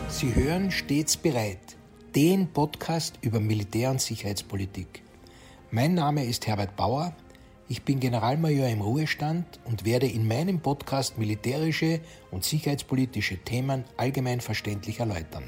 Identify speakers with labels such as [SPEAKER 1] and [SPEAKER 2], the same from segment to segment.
[SPEAKER 1] Sie hören Stets bereit, den Podcast über Militär- und Sicherheitspolitik. Mein Name ist Herbert Bauer, ich bin Generalmajor im Ruhestand und werde in meinem Podcast militärische und sicherheitspolitische Themen allgemein verständlich erläutern.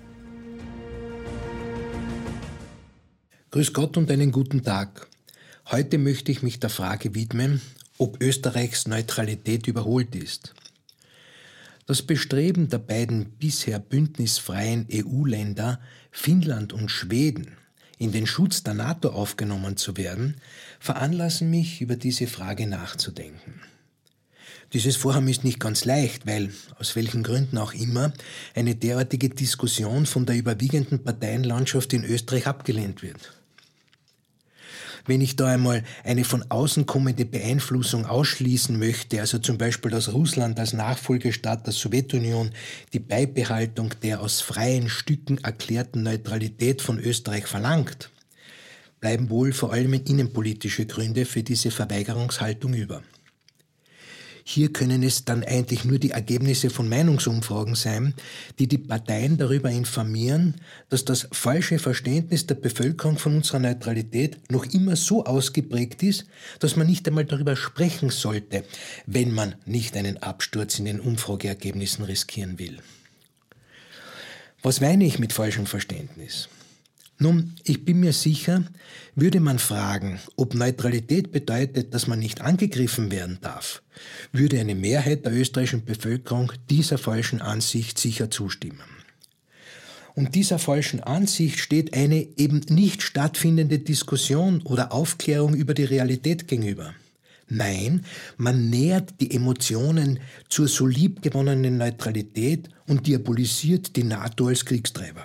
[SPEAKER 1] Grüß Gott und einen guten Tag. Heute möchte ich mich der Frage widmen, ob Österreichs Neutralität überholt ist. Das Bestreben der beiden bisher bündnisfreien EU-Länder, Finnland und Schweden, in den Schutz der NATO aufgenommen zu werden, veranlassen mich, über diese Frage nachzudenken. Dieses Vorhaben ist nicht ganz leicht, weil, aus welchen Gründen auch immer, eine derartige Diskussion von der überwiegenden Parteienlandschaft in Österreich abgelehnt wird. Wenn ich da einmal eine von außen kommende Beeinflussung ausschließen möchte, also zum Beispiel, dass Russland als Nachfolgestaat der Sowjetunion die Beibehaltung der aus freien Stücken erklärten Neutralität von Österreich verlangt, bleiben wohl vor allem innenpolitische Gründe für diese Verweigerungshaltung über. Hier können es dann eigentlich nur die Ergebnisse von Meinungsumfragen sein, die die Parteien darüber informieren, dass das falsche Verständnis der Bevölkerung von unserer Neutralität noch immer so ausgeprägt ist, dass man nicht einmal darüber sprechen sollte, wenn man nicht einen Absturz in den Umfrageergebnissen riskieren will. Was meine ich mit falschem Verständnis? Nun, ich bin mir sicher, würde man fragen, ob Neutralität bedeutet, dass man nicht angegriffen werden darf, würde eine Mehrheit der österreichischen Bevölkerung dieser falschen Ansicht sicher zustimmen. Und dieser falschen Ansicht steht eine eben nicht stattfindende Diskussion oder Aufklärung über die Realität gegenüber. Nein, man nähert die Emotionen zur so liebgewonnenen Neutralität und diabolisiert die NATO als Kriegstreiber.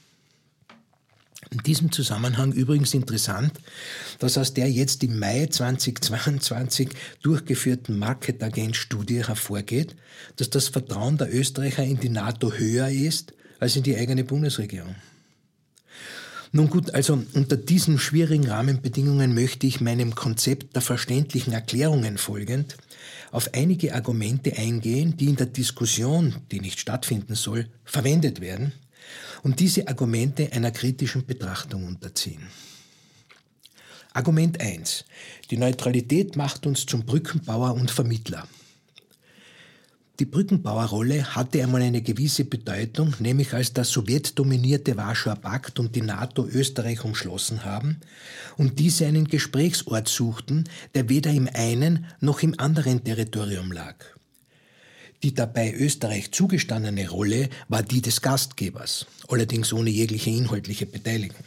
[SPEAKER 1] In diesem Zusammenhang übrigens interessant, dass aus der jetzt im Mai 2022 durchgeführten Market-Agent-Studie hervorgeht, dass das Vertrauen der Österreicher in die NATO höher ist als in die eigene Bundesregierung. Nun gut, also unter diesen schwierigen Rahmenbedingungen möchte ich meinem Konzept der verständlichen Erklärungen folgend auf einige Argumente eingehen, die in der Diskussion, die nicht stattfinden soll, verwendet werden, und diese Argumente einer kritischen Betrachtung unterziehen. Argument 1. Die Neutralität macht uns zum Brückenbauer und Vermittler. Die Brückenbauerrolle hatte einmal eine gewisse Bedeutung, nämlich als der sowjetdominierte Warschauer Pakt und die NATO Österreich umschlossen haben und diese einen Gesprächsort suchten, der weder im einen noch im anderen Territorium lag. Die dabei Österreich zugestandene Rolle war die des Gastgebers, allerdings ohne jegliche inhaltliche Beteiligung.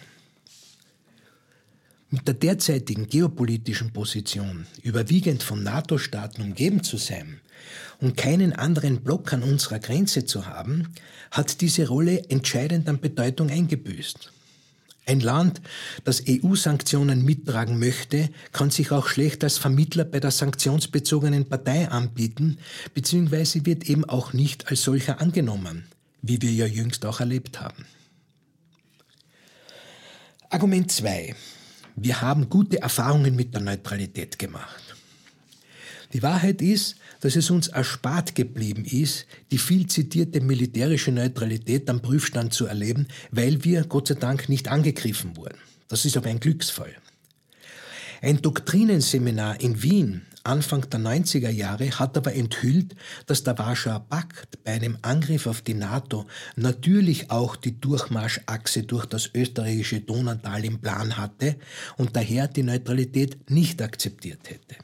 [SPEAKER 1] Mit der derzeitigen geopolitischen Position, überwiegend von NATO-Staaten umgeben zu sein und keinen anderen Block an unserer Grenze zu haben, hat diese Rolle entscheidend an Bedeutung eingebüßt. Ein Land, das EU-Sanktionen mittragen möchte, kann sich auch schlecht als Vermittler bei der sanktionsbezogenen Partei anbieten, beziehungsweise wird eben auch nicht als solcher angenommen, wie wir ja jüngst auch erlebt haben. Argument 2. Wir haben gute Erfahrungen mit der Neutralität gemacht. Die Wahrheit ist, dass es uns erspart geblieben ist, die viel zitierte militärische Neutralität am Prüfstand zu erleben, weil wir, Gott sei Dank, nicht angegriffen wurden. Das ist aber ein Glücksfall. Ein Doktrinenseminar in Wien Anfang der 90er Jahre hat aber enthüllt, dass der Warschauer Pakt bei einem Angriff auf die NATO natürlich auch die Durchmarschachse durch das österreichische Donautal im Plan hatte und daher die Neutralität nicht akzeptiert hätte.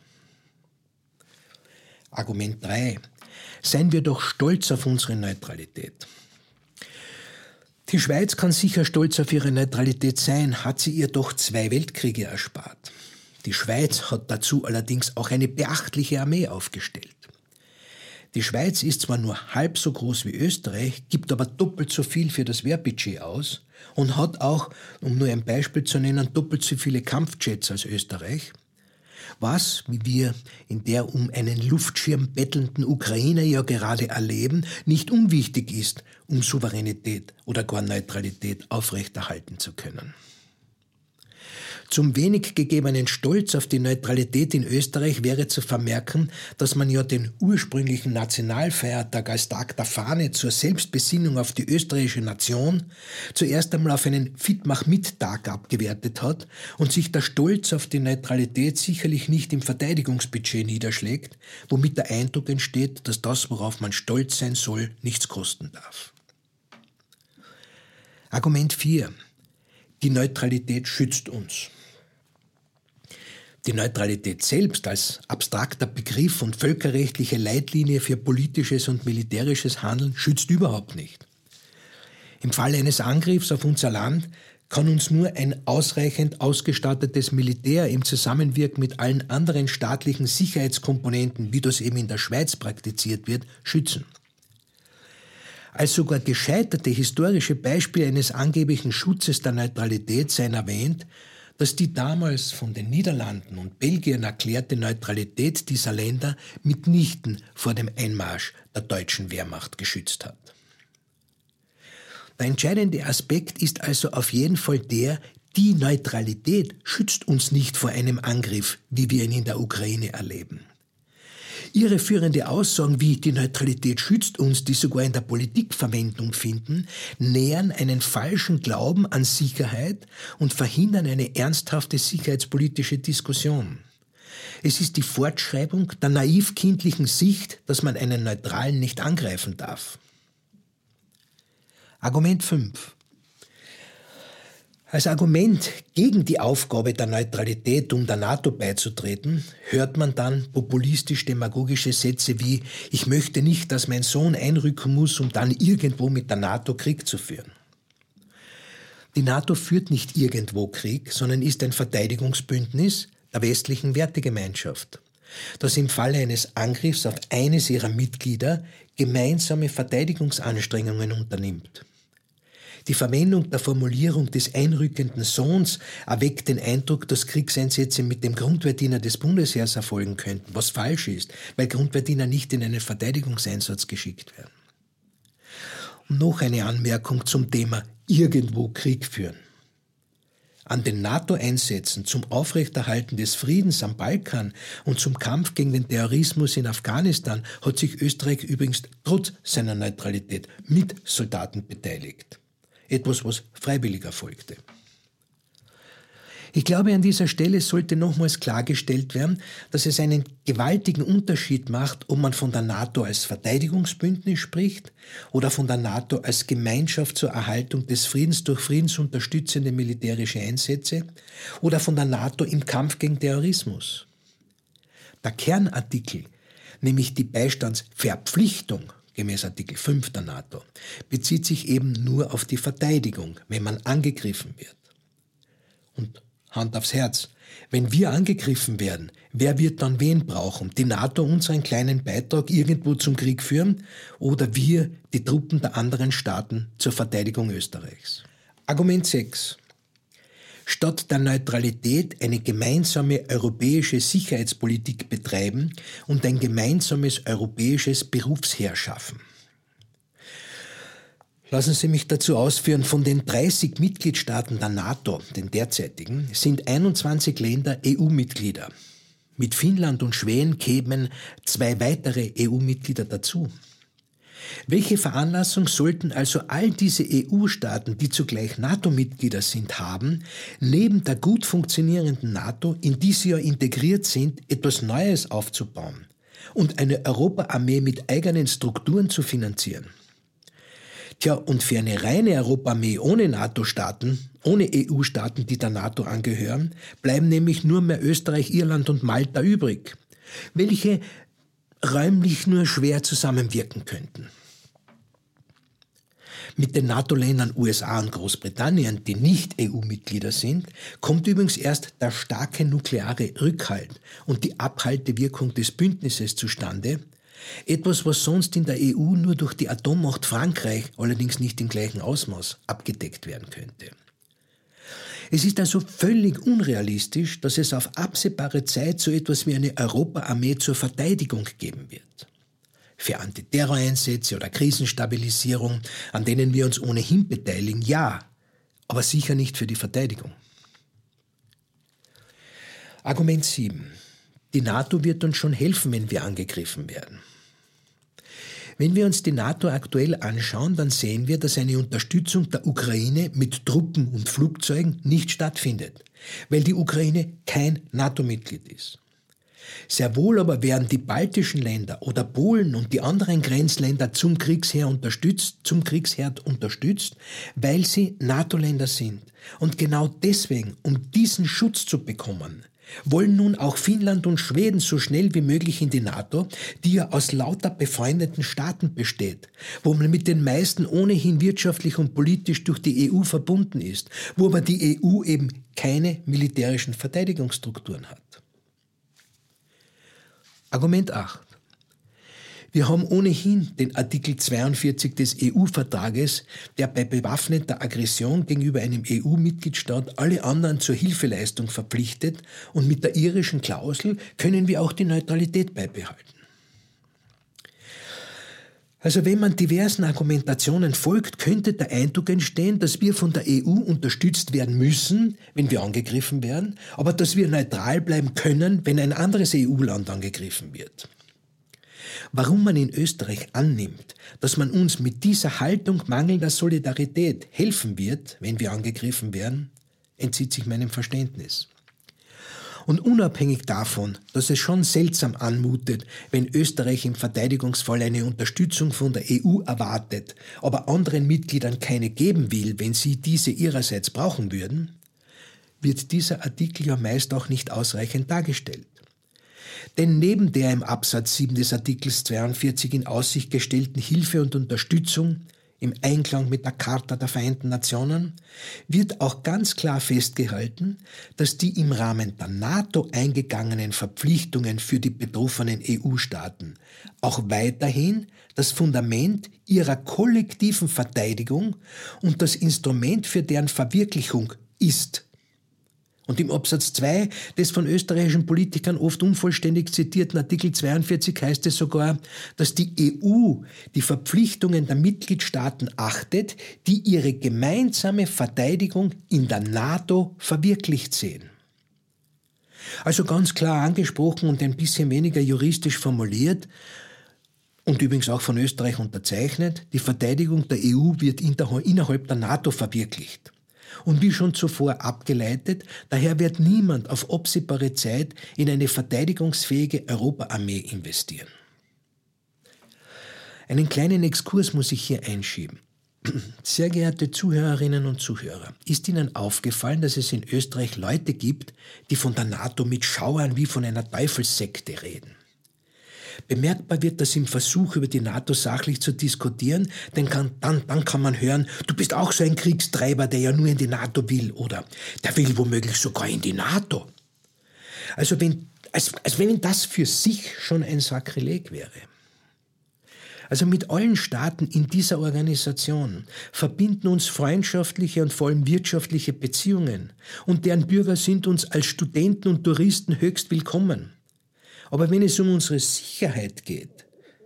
[SPEAKER 1] Argument 3. Seien wir doch stolz auf unsere Neutralität. Die Schweiz kann sicher stolz auf ihre Neutralität sein, hat sie ihr doch 2 Weltkriege erspart. Die Schweiz hat dazu allerdings auch eine beachtliche Armee aufgestellt. Die Schweiz ist zwar nur halb so groß wie Österreich, gibt aber doppelt so viel für das Wehrbudget aus und hat auch, um nur ein Beispiel zu nennen, doppelt so viele Kampfjets als Österreich, was, wie wir in der um einen Luftschirm bettelnden Ukraine ja gerade erleben, nicht unwichtig ist, um Souveränität oder gar Neutralität aufrechterhalten zu können. Zum wenig gegebenen Stolz auf die Neutralität in Österreich wäre zu vermerken, dass man ja den ursprünglichen Nationalfeiertag als Tag der Fahne zur Selbstbesinnung auf die österreichische Nation zuerst einmal auf einen Fit-Mach-Mit-Tag abgewertet hat und sich der Stolz auf die Neutralität sicherlich nicht im Verteidigungsbudget niederschlägt, womit der Eindruck entsteht, dass das, worauf man stolz sein soll, nichts kosten darf. Argument 4. Die Neutralität schützt uns. Die Neutralität selbst als abstrakter Begriff und völkerrechtliche Leitlinie für politisches und militärisches Handeln schützt überhaupt nicht. Im Falle eines Angriffs auf unser Land kann uns nur ein ausreichend ausgestattetes Militär im Zusammenwirken mit allen anderen staatlichen Sicherheitskomponenten, wie das eben in der Schweiz praktiziert wird, schützen. Als sogar gescheiterte historische Beispiele eines angeblichen Schutzes der Neutralität seien erwähnt, dass die damals von den Niederlanden und Belgien erklärte Neutralität dieser Länder mitnichten vor dem Einmarsch der deutschen Wehrmacht geschützt hat. Der entscheidende Aspekt ist also auf jeden Fall der, die Neutralität schützt uns nicht vor einem Angriff, wie wir ihn in der Ukraine erleben. Irreführende Aussagen wie die Neutralität schützt uns, die sogar in der Politik Verwendung finden, nähern einen falschen Glauben an Sicherheit und verhindern eine ernsthafte sicherheitspolitische Diskussion. Es ist die Fortschreibung der naiv-kindlichen Sicht, dass man einen Neutralen nicht angreifen darf. Argument 5. Als Argument gegen die Aufgabe der Neutralität, um der NATO beizutreten, hört man dann populistisch-demagogische Sätze wie „Ich möchte nicht, dass mein Sohn einrücken muss, um dann irgendwo mit der NATO Krieg zu führen." Die NATO führt nicht irgendwo Krieg, sondern ist ein Verteidigungsbündnis der westlichen Wertegemeinschaft, das im Falle eines Angriffs auf eines ihrer Mitglieder gemeinsame Verteidigungsanstrengungen unternimmt. Die Verwendung der Formulierung des einrückenden Sohns erweckt den Eindruck, dass Kriegseinsätze mit dem Grundwehrdiener des Bundesheers erfolgen könnten, was falsch ist, weil Grundwehrdiener nicht in einen Verteidigungseinsatz geschickt werden. Und noch eine Anmerkung zum Thema irgendwo Krieg führen. An den NATO-Einsätzen zum Aufrechterhalten des Friedens am Balkan und zum Kampf gegen den Terrorismus in Afghanistan hat sich Österreich übrigens trotz seiner Neutralität mit Soldaten beteiligt. Etwas, was freiwillig erfolgte. Ich glaube, an dieser Stelle sollte nochmals klargestellt werden, dass es einen gewaltigen Unterschied macht, ob man von der NATO als Verteidigungsbündnis spricht oder von der NATO als Gemeinschaft zur Erhaltung des Friedens durch friedensunterstützende militärische Einsätze oder von der NATO im Kampf gegen Terrorismus. Der Kernartikel, nämlich die Beistandsverpflichtung, gemäß Artikel 5 der NATO, bezieht sich eben nur auf die Verteidigung, wenn man angegriffen wird. Und Hand aufs Herz, wenn wir angegriffen werden, wer wird dann wen brauchen? Die NATO unseren kleinen Beitrag irgendwo zum Krieg führen oder wir die Truppen der anderen Staaten zur Verteidigung Österreichs? Argument 6. Statt der Neutralität eine gemeinsame europäische Sicherheitspolitik betreiben und ein gemeinsames europäisches Berufsheer schaffen. Lassen Sie mich dazu ausführen, von den 30 Mitgliedstaaten der NATO, den derzeitigen, sind 21 Länder EU-Mitglieder. Mit Finnland und Schweden kämen 2 weitere EU-Mitglieder dazu. Welche Veranlassung sollten also all diese EU-Staaten, die zugleich NATO-Mitglieder sind, haben, neben der gut funktionierenden NATO, in die sie ja integriert sind, etwas Neues aufzubauen und eine Europaarmee mit eigenen Strukturen zu finanzieren? Tja, und für eine reine Europaarmee ohne NATO-Staaten, ohne EU-Staaten, die der NATO angehören, bleiben nämlich nur mehr Österreich, Irland und Malta übrig, welche räumlich nur schwer zusammenwirken könnten. Mit den NATO-Ländern USA und Großbritannien, die nicht EU-Mitglieder sind, kommt übrigens erst der starke nukleare Rückhalt und die Abhaltewirkung des Bündnisses zustande, etwas, was sonst in der EU nur durch die Atommacht Frankreich, allerdings nicht im gleichen Ausmaß, abgedeckt werden könnte. Es ist also völlig unrealistisch, dass es auf absehbare Zeit so etwas wie eine Europaarmee zur Verteidigung geben wird. Für Antiterroreinsätze oder Krisenstabilisierung, an denen wir uns ohnehin beteiligen, ja, aber sicher nicht für die Verteidigung. Argument 7. Die NATO wird uns schon helfen, wenn wir angegriffen werden. Wenn wir uns die NATO aktuell anschauen, dann sehen wir, dass eine Unterstützung der Ukraine mit Truppen und Flugzeugen nicht stattfindet, weil die Ukraine kein NATO-Mitglied ist. Sehr wohl aber werden die baltischen Länder oder Polen und die anderen Grenzländer zum Kriegsherd unterstützt, weil sie NATO-Länder sind. Und genau deswegen, um diesen Schutz zu bekommen, wollen nun auch Finnland und Schweden so schnell wie möglich in die NATO, die ja aus lauter befreundeten Staaten besteht, wo man mit den meisten ohnehin wirtschaftlich und politisch durch die EU verbunden ist, wo aber die EU eben keine militärischen Verteidigungsstrukturen hat. Argument 8. Wir haben ohnehin den Artikel 42 des EU-Vertrages, der bei bewaffneter Aggression gegenüber einem EU-Mitgliedstaat alle anderen zur Hilfeleistung verpflichtet, und mit der irischen Klausel können wir auch die Neutralität beibehalten. Also wenn man diversen Argumentationen folgt, könnte der Eindruck entstehen, dass wir von der EU unterstützt werden müssen, wenn wir angegriffen werden, aber dass wir neutral bleiben können, wenn ein anderes EU-Land angegriffen wird. Warum man in Österreich annimmt, dass man uns mit dieser Haltung mangelnder Solidarität helfen wird, wenn wir angegriffen werden, entzieht sich meinem Verständnis. Und unabhängig davon, dass es schon seltsam anmutet, wenn Österreich im Verteidigungsfall eine Unterstützung von der EU erwartet, aber anderen Mitgliedern keine geben will, wenn sie diese ihrerseits brauchen würden, wird dieser Artikel ja meist auch nicht ausreichend dargestellt. Denn neben der im Absatz 7 des Artikels 42 in Aussicht gestellten Hilfe und Unterstützung im Einklang mit der Charta der Vereinten Nationen wird auch ganz klar festgehalten, dass die im Rahmen der NATO eingegangenen Verpflichtungen für die betroffenen EU-Staaten auch weiterhin das Fundament ihrer kollektiven Verteidigung und das Instrument für deren Verwirklichung ist. Und im Absatz 2 des von österreichischen Politikern oft unvollständig zitierten Artikel 42 heißt es sogar, dass die EU die Verpflichtungen der Mitgliedstaaten achtet, die ihre gemeinsame Verteidigung in der NATO verwirklicht sehen. Also ganz klar angesprochen und ein bisschen weniger juristisch formuliert und übrigens auch von Österreich unterzeichnet, die Verteidigung der EU wird innerhalb der NATO verwirklicht. Und wie schon zuvor abgeleitet, daher wird niemand auf absehbare Zeit in eine verteidigungsfähige Europaarmee investieren. Einen kleinen Exkurs muss ich hier einschieben. Sehr geehrte Zuhörerinnen und Zuhörer, ist Ihnen aufgefallen, dass es in Österreich Leute gibt, die von der NATO mit Schauern wie von einer Teufelssekte reden? Bemerkbar wird das im Versuch, über die NATO sachlich zu diskutieren, denn dann kann man hören, du bist auch so ein Kriegstreiber, der ja nur in die NATO will, oder der will womöglich sogar in die NATO. Also als wenn das für sich schon ein Sakrileg wäre. Also mit allen Staaten in dieser Organisation verbinden uns freundschaftliche und vor allem wirtschaftliche Beziehungen, und deren Bürger sind uns als Studenten und Touristen höchst willkommen. Aber wenn es um unsere Sicherheit geht,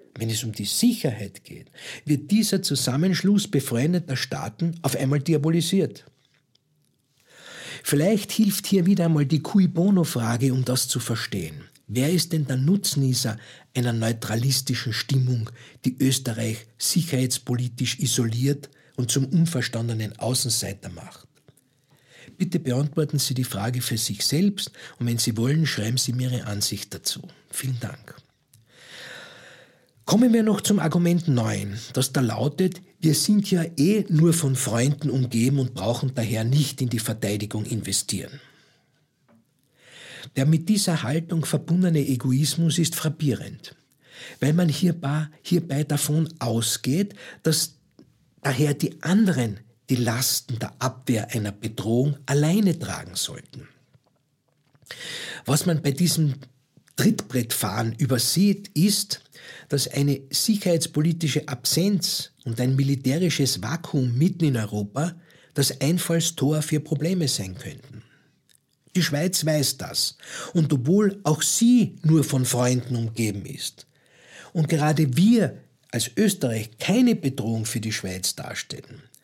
[SPEAKER 1] wird dieser Zusammenschluss befreundeter Staaten auf einmal diabolisiert. Vielleicht hilft hier wieder einmal die Cui Bono-Frage, um das zu verstehen. Wer ist denn der Nutznießer einer neutralistischen Stimmung, die Österreich sicherheitspolitisch isoliert und zum unverstandenen Außenseiter macht? Bitte beantworten Sie die Frage für sich selbst und wenn Sie wollen, schreiben Sie mir Ihre Ansicht dazu. Vielen Dank. Kommen wir noch zum Argument 9, das da lautet, wir sind ja nur von Freunden umgeben und brauchen daher nicht in die Verteidigung investieren. Der mit dieser Haltung verbundene Egoismus ist frappierend, weil man hierbei davon ausgeht, dass daher die anderen die Lasten der Abwehr einer Bedrohung alleine tragen sollten. Was man bei diesem Trittbrettfahren übersieht, ist, dass eine sicherheitspolitische Absenz und ein militärisches Vakuum mitten in Europa das Einfallstor für Probleme sein könnten. Die Schweiz weiß das, und obwohl auch sie nur von Freunden umgeben ist und gerade wir als Österreich keine Bedrohung für die Schweiz darstellen,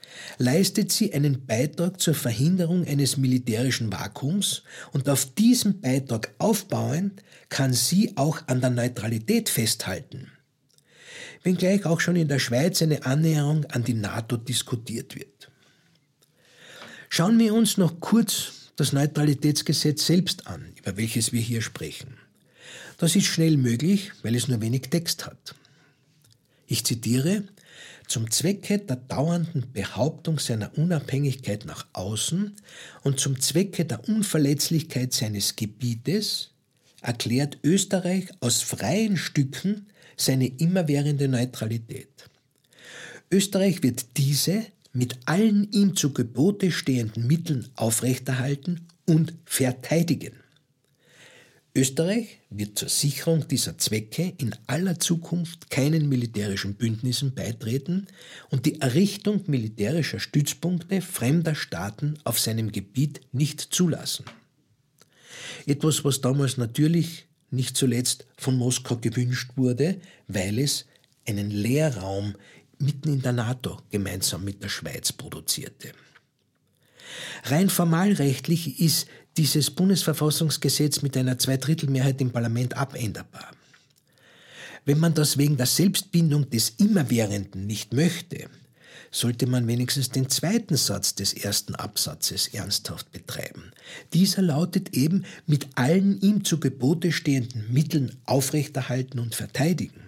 [SPEAKER 1] leistet sie einen Beitrag zur Verhinderung eines militärischen Vakuums und auf diesem Beitrag aufbauend kann sie auch an der Neutralität festhalten. Wenngleich auch schon in der Schweiz eine Annäherung an die NATO diskutiert wird. Schauen wir uns noch kurz das Neutralitätsgesetz selbst an, über welches wir hier sprechen. Das ist schnell möglich, weil es nur wenig Text hat. Ich zitiere: Zum Zwecke der dauernden Behauptung seiner Unabhängigkeit nach außen und zum Zwecke der Unverletzlichkeit seines Gebietes erklärt Österreich aus freien Stücken seine immerwährende Neutralität. Österreich wird diese mit allen ihm zu Gebote stehenden Mitteln aufrechterhalten und verteidigen. Österreich wird zur Sicherung dieser Zwecke in aller Zukunft keinen militärischen Bündnissen beitreten und die Errichtung militärischer Stützpunkte fremder Staaten auf seinem Gebiet nicht zulassen. Etwas, was damals natürlich nicht zuletzt von Moskau gewünscht wurde, weil es einen Leerraum mitten in der NATO gemeinsam mit der Schweiz produzierte. Rein formalrechtlich ist dieses Bundesverfassungsgesetz mit einer Zweidrittelmehrheit im Parlament abänderbar. Wenn man das wegen der Selbstbindung des Immerwährenden nicht möchte, sollte man wenigstens den zweiten Satz des ersten Absatzes ernsthaft betreiben. Dieser lautet eben: mit allen ihm zu Gebote stehenden Mitteln aufrechterhalten und verteidigen.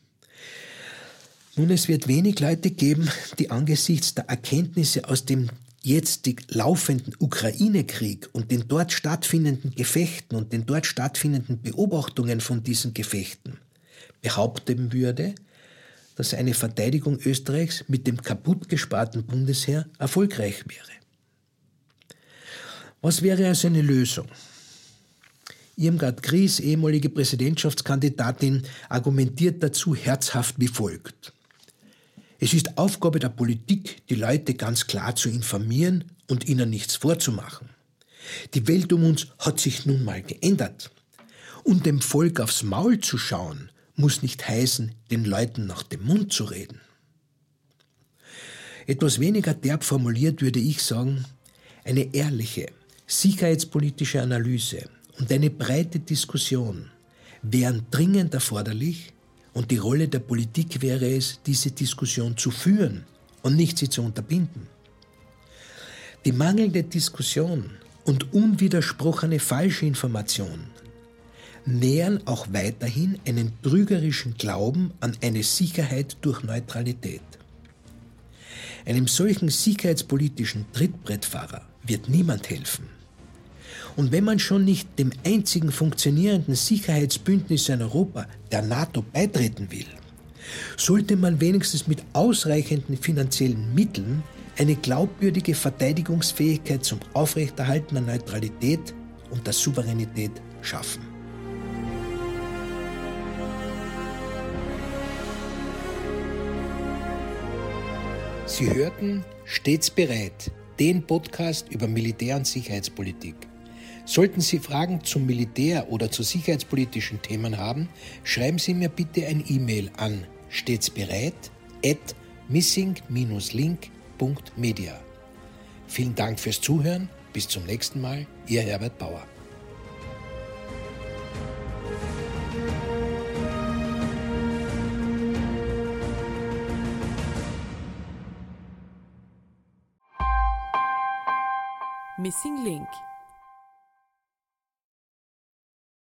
[SPEAKER 1] Nun, es wird wenig Leute geben, die angesichts der Erkenntnisse aus dem jetzt laufenden Ukraine-Krieg und den dort stattfindenden Gefechten und den dort stattfindenden Beobachtungen von diesen Gefechten behaupten würde, dass eine Verteidigung Österreichs mit dem kaputtgesparten Bundesheer erfolgreich wäre. Was wäre also eine Lösung? Irmgard Gries, ehemalige Präsidentschaftskandidatin, argumentiert dazu herzhaft wie folgt: Es ist Aufgabe der Politik, die Leute ganz klar zu informieren und ihnen nichts vorzumachen. Die Welt um uns hat sich nun mal geändert. Und dem Volk aufs Maul zu schauen, muss nicht heißen, den Leuten nach dem Mund zu reden. Etwas weniger derb formuliert würde ich sagen: Eine ehrliche, sicherheitspolitische Analyse und eine breite Diskussion wären dringend erforderlich, und die Rolle der Politik wäre es, diese Diskussion zu führen und nicht sie zu unterbinden. Die mangelnde Diskussion und unwidersprochene Falschinformation nähern auch weiterhin einen trügerischen Glauben an eine Sicherheit durch Neutralität. Einem solchen sicherheitspolitischen Trittbrettfahrer wird niemand helfen. Und wenn man schon nicht dem einzigen funktionierenden Sicherheitsbündnis in Europa, der NATO, beitreten will, sollte man wenigstens mit ausreichenden finanziellen Mitteln eine glaubwürdige Verteidigungsfähigkeit zum Aufrechterhalten der Neutralität und der Souveränität schaffen. Sie hörten Stets bereit, den Podcast über Militär- und Sicherheitspolitik. Sollten Sie Fragen zum Militär oder zu sicherheitspolitischen Themen haben, schreiben Sie mir bitte ein E-Mail an stetsbereit@missing-link.media. Vielen Dank fürs Zuhören. Bis zum nächsten Mal. Ihr Herbert Bauer.
[SPEAKER 2] Missing Link